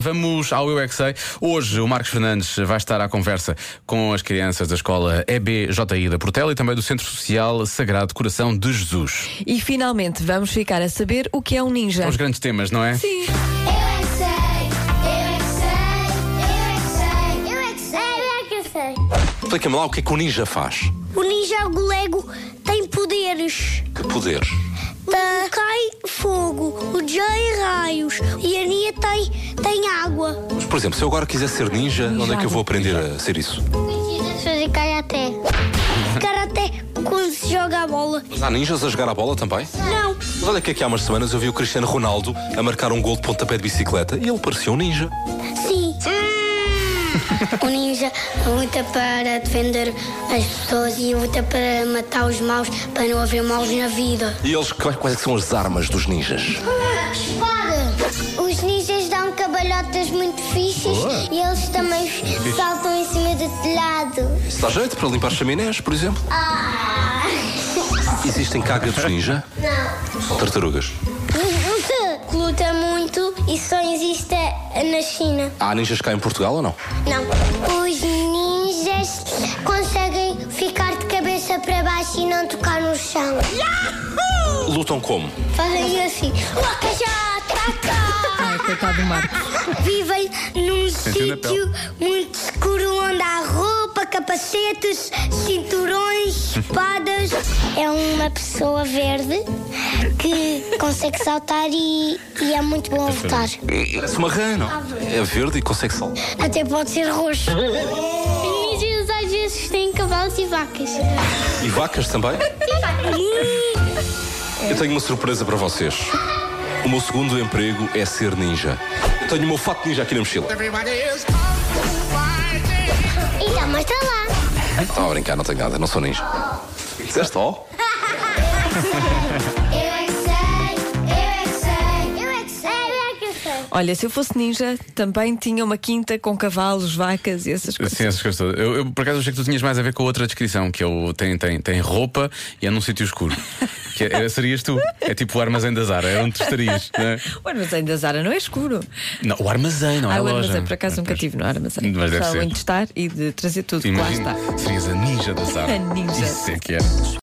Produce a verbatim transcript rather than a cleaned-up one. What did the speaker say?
Vamos ao Eu é Que Sei. Hoje o Marcos Fernandes vai estar à conversa com as crianças da escola E B J I da Portela e também do Centro Social Sagrado Coração de Jesus. E finalmente vamos ficar a saber o que é um ninja. São os grandes temas, não é? Sim. Explica-me lá o que é que o ninja faz. O ninja Lego tem poderes. Que poderes? Tá, cai fogo, o Jay raios e a Nia tem, tem água. Mas, por exemplo, se eu agora quiser ser ninja, onde é que eu vou aprender a ser isso? Precisa fazer karaté. Karaté quando se joga a bola. Mas há ninjas a jogar a bola também? Não. Mas olha que aqui há umas semanas eu vi o Cristiano Ronaldo a marcar um gol de pontapé de bicicleta e ele parecia um ninja. Sim. O ninja luta para defender as pessoas e luta para matar os maus, para não haver maus na vida. E eles, quais, quais é que são as armas dos ninjas? Espada! Os ninjas dão cabalhotas muito fixes e eles também saltam em cima do telhado. Isso dá jeito para limpar chaminés, por exemplo? Ah! Existem cágados ninja? Não. Ou tartarugas? Luta muito e só existe na China. Há ninjas cá em Portugal ou não? Não. Os ninjas conseguem ficar de cabeça para baixo e não tocar no chão. Yahoo! Lutam como? Fazem assim. Ai, coitado do Marcos. Vivem num Sentiu na sítio muito escuro onde há roupa, capacetes, cinturões, espadas. É uma pessoa verde que consegue saltar e, e é muito bom a lutar. Parece uma rã, não? É verde e consegue saltar. Até pode ser roxo. Os ninjas às vezes têm cavalos e vacas. E vacas também? Eu tenho uma surpresa para vocês. O meu segundo emprego é ser ninja. Eu tenho o meu fato ninja aqui na mochila. Então, mostra lá. Estava a brincar, não tenho nada, não sou ninja. Disseste, ó? Eu é que sei, eu é que sei, eu é que sei, eu é que sei. Olha, se eu fosse ninja, também tinha uma quinta com cavalos, vacas e essas coisas. Sim, essas coisas todas. Eu, eu, por acaso, achei que tu tinhas mais a ver com a outra descrição, que ele tem, tem, tem roupa e é num sítio escuro. Que é, serias tu. É tipo o armazém da Zara, é onde tu estarias, não é? O armazém da Zara não é escuro. Não, o armazém, não é Ah, a o loja. armazém, por acaso nunca tive no armazém. Mas deve Só ser. em testar e de trazer tudo que lá Imagina, está. serias a ninja da Zara. A ninja. Isso é que é.